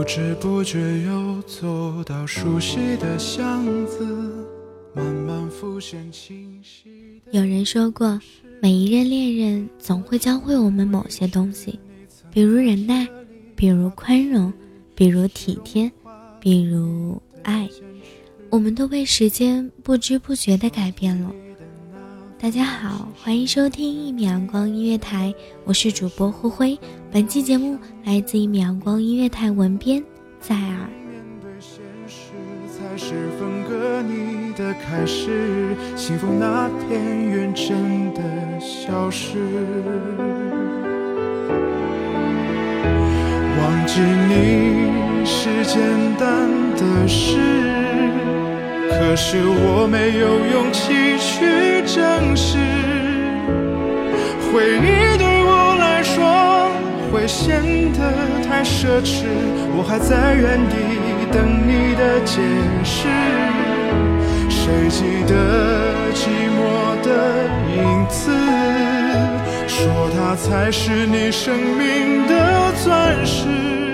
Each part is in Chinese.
知不觉又走到熟悉的巷子，慢慢浮现清晰的。 有人说过，每一任恋人总会教会我们某些东西，比如忍耐，比如宽容，比如体贴，比如爱。我们都被时间不知不觉地改变了。大家好，欢迎收听一米阳光音乐台，我是主播胡辉。本期节目来自一米阳光音乐台文编在耳。 面对现实才是分割你的开始，幸福那天远真的消失。忘记你是简单的事，可是我没有勇气去正视。回忆对我来说会显得太奢侈，我还在原地等你的解释。谁记得寂寞的影子，说它才是你生命的钻石。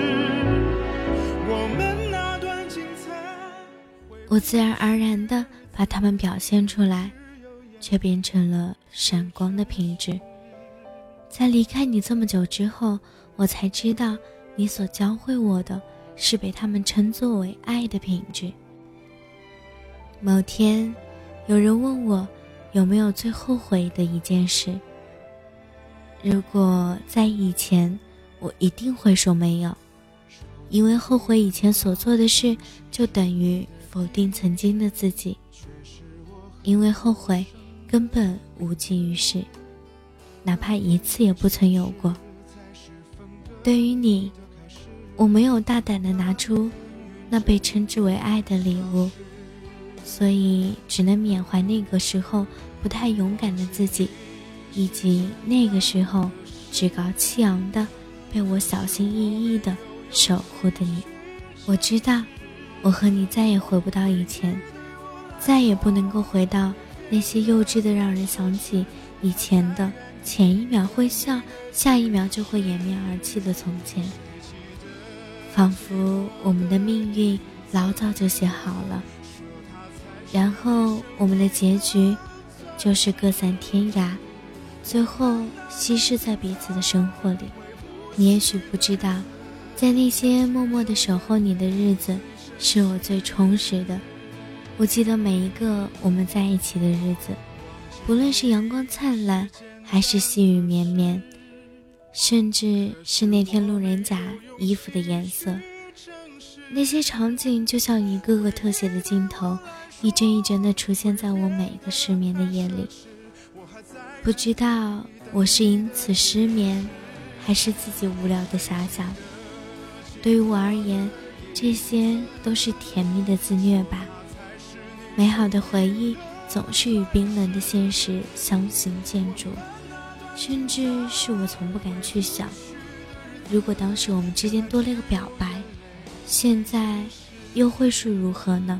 我们那段精彩， 我自然而然地把它们表现出来，却变成了闪光的品质。在离开你这么久之后，我才知道你所教会我的是被他们称作为爱的品质。某天有人问我有没有最后悔的一件事，如果在以前，我一定会说没有，因为后悔以前所做的事就等于否定曾经的自己，因为后悔根本无济于事，哪怕一次也不曾有过。对于你，我没有大胆地拿出那被称之为爱的礼物，所以只能缅怀那个时候不太勇敢的自己，以及那个时候趾高气扬的被我小心翼翼的守护的你。我知道我和你再也回不到以前，再也不能够回到那些幼稚的让人想起以前的前一秒会笑，下一秒就会掩面而泣的从前。仿佛我们的命运老早就写好了，然后我们的结局就是各散天涯，最后稀释在彼此的生活里。你也许不知道，在那些默默地守候你的日子，是我最充实的。我记得每一个我们在一起的日子，不论是阳光灿烂还是细雨绵绵，甚至是那天路人甲衣服的颜色，那些场景就像一个个特写的镜头，一帧一帧地出现在我每个失眠的夜里。不知道我是因此失眠，还是自己无聊的遐想。对于我而言，这些都是甜蜜的自虐吧。美好的回忆总是与冰冷的现实相形见绌，甚至是我从不敢去想，如果当时我们之间多了一个表白，现在又会是如何呢？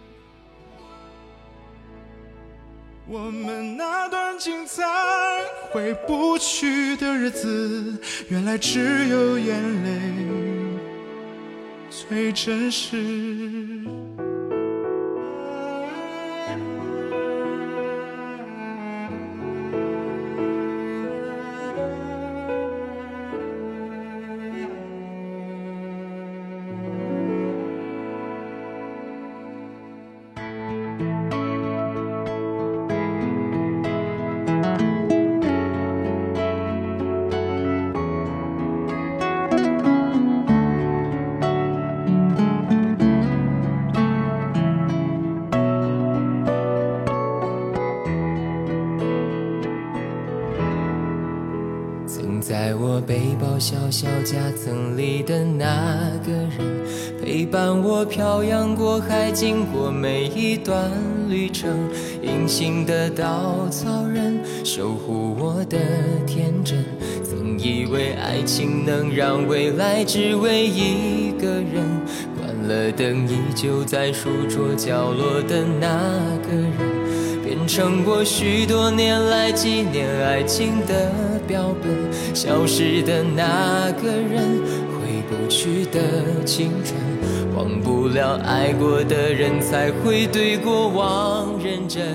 我们那段精彩回不去的日子，原来只有眼泪最真实。 在我背包小小夹层里的那个人，陪伴我漂洋过海，经过每一段旅程。隐形的稻草人，守护我的天真。曾以为爱情能让未来只为一个人，关了灯依旧在书桌角落的那个人，变成我许多年来纪念爱情的标本。消失的那个人，回不去的青春，忘不了爱过的人，才会对过往认真。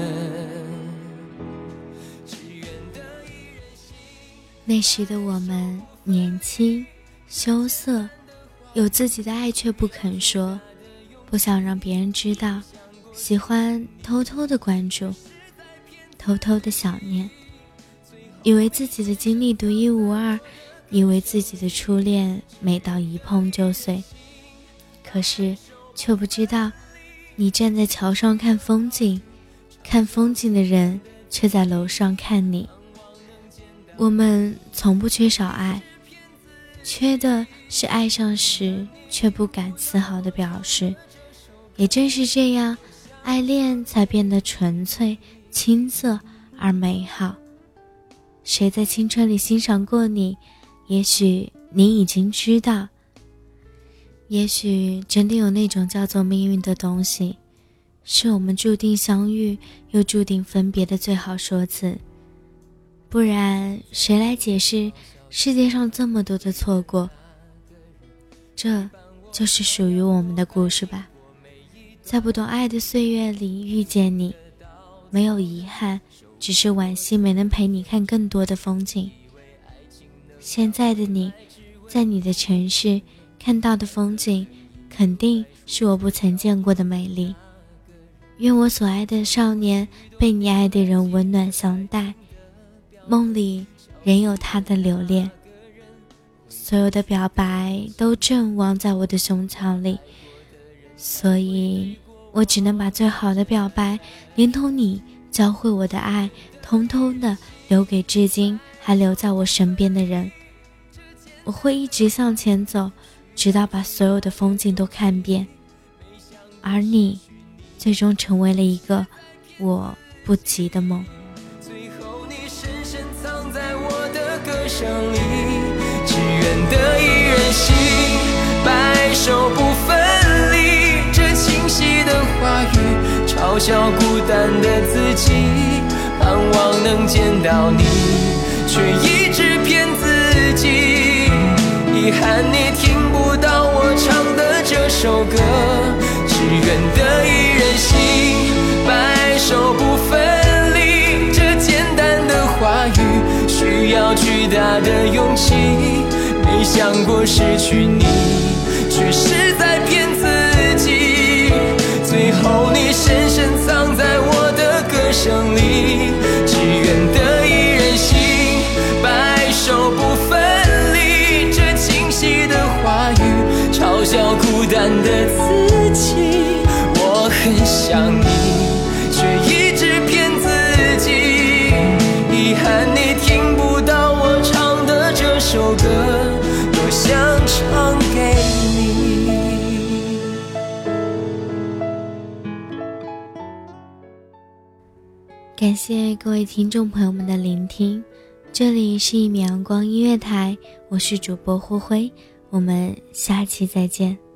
那时的我们年轻羞涩，有自己的爱却不肯说，不想让别人知道，喜欢偷偷的关注，偷偷的想念，以为自己的经历独一无二，以为自己的初恋美到一碰就碎，可是却不知道，你站在桥上看风景，看风景的人却在楼上看你。我们从不缺少爱，缺的是爱上时却不敢丝毫的表示。也正是这样，爱恋才变得纯粹、青涩而美好。谁在青春里欣赏过你，也许你已经知道。也许真的有那种叫做命运的东西，是我们注定相遇又注定分别的最好说辞。不然谁来解释世界上这么多的错过？这就是属于我们的故事吧。在不懂爱的岁月里遇见你，没有遗憾，只是惋惜没能陪你看更多的风景。现在的你，在你的城市看到的风景，肯定是我不曾见过的美丽。愿我所爱的少年被你爱的人温暖相待，梦里仍有他的留恋。所有的表白都阵亡在我的胸腔里，所以我只能把最好的表白连同你教会我的爱，通通的留给至今还留在我身边的人。我会一直向前走，直到把所有的风景都看遍，而你最终成为了一个我不及的梦。 最后你深深藏在我的歌声里，只愿得一人心，白首不分离。这清晰的话语嘲笑孤单的自己，盼望能见到你，却一直骗自己。遗憾你听不到我唱的这首歌，只愿得一人心，白首不分离。这简单的话语需要巨大的勇气，没想过失去你，却是在骗自己。最后你深深藏在我的歌声里，只愿得一人心，白首不分离。这清晰的话语嘲笑孤单的自己，我很想你，却一直骗自己。遗憾你听不到我唱的这首歌，多想唱给你。 感谢各位听众朋友们的聆听，这里是一米阳光音乐台，我是主播灰灰，我们下期再见。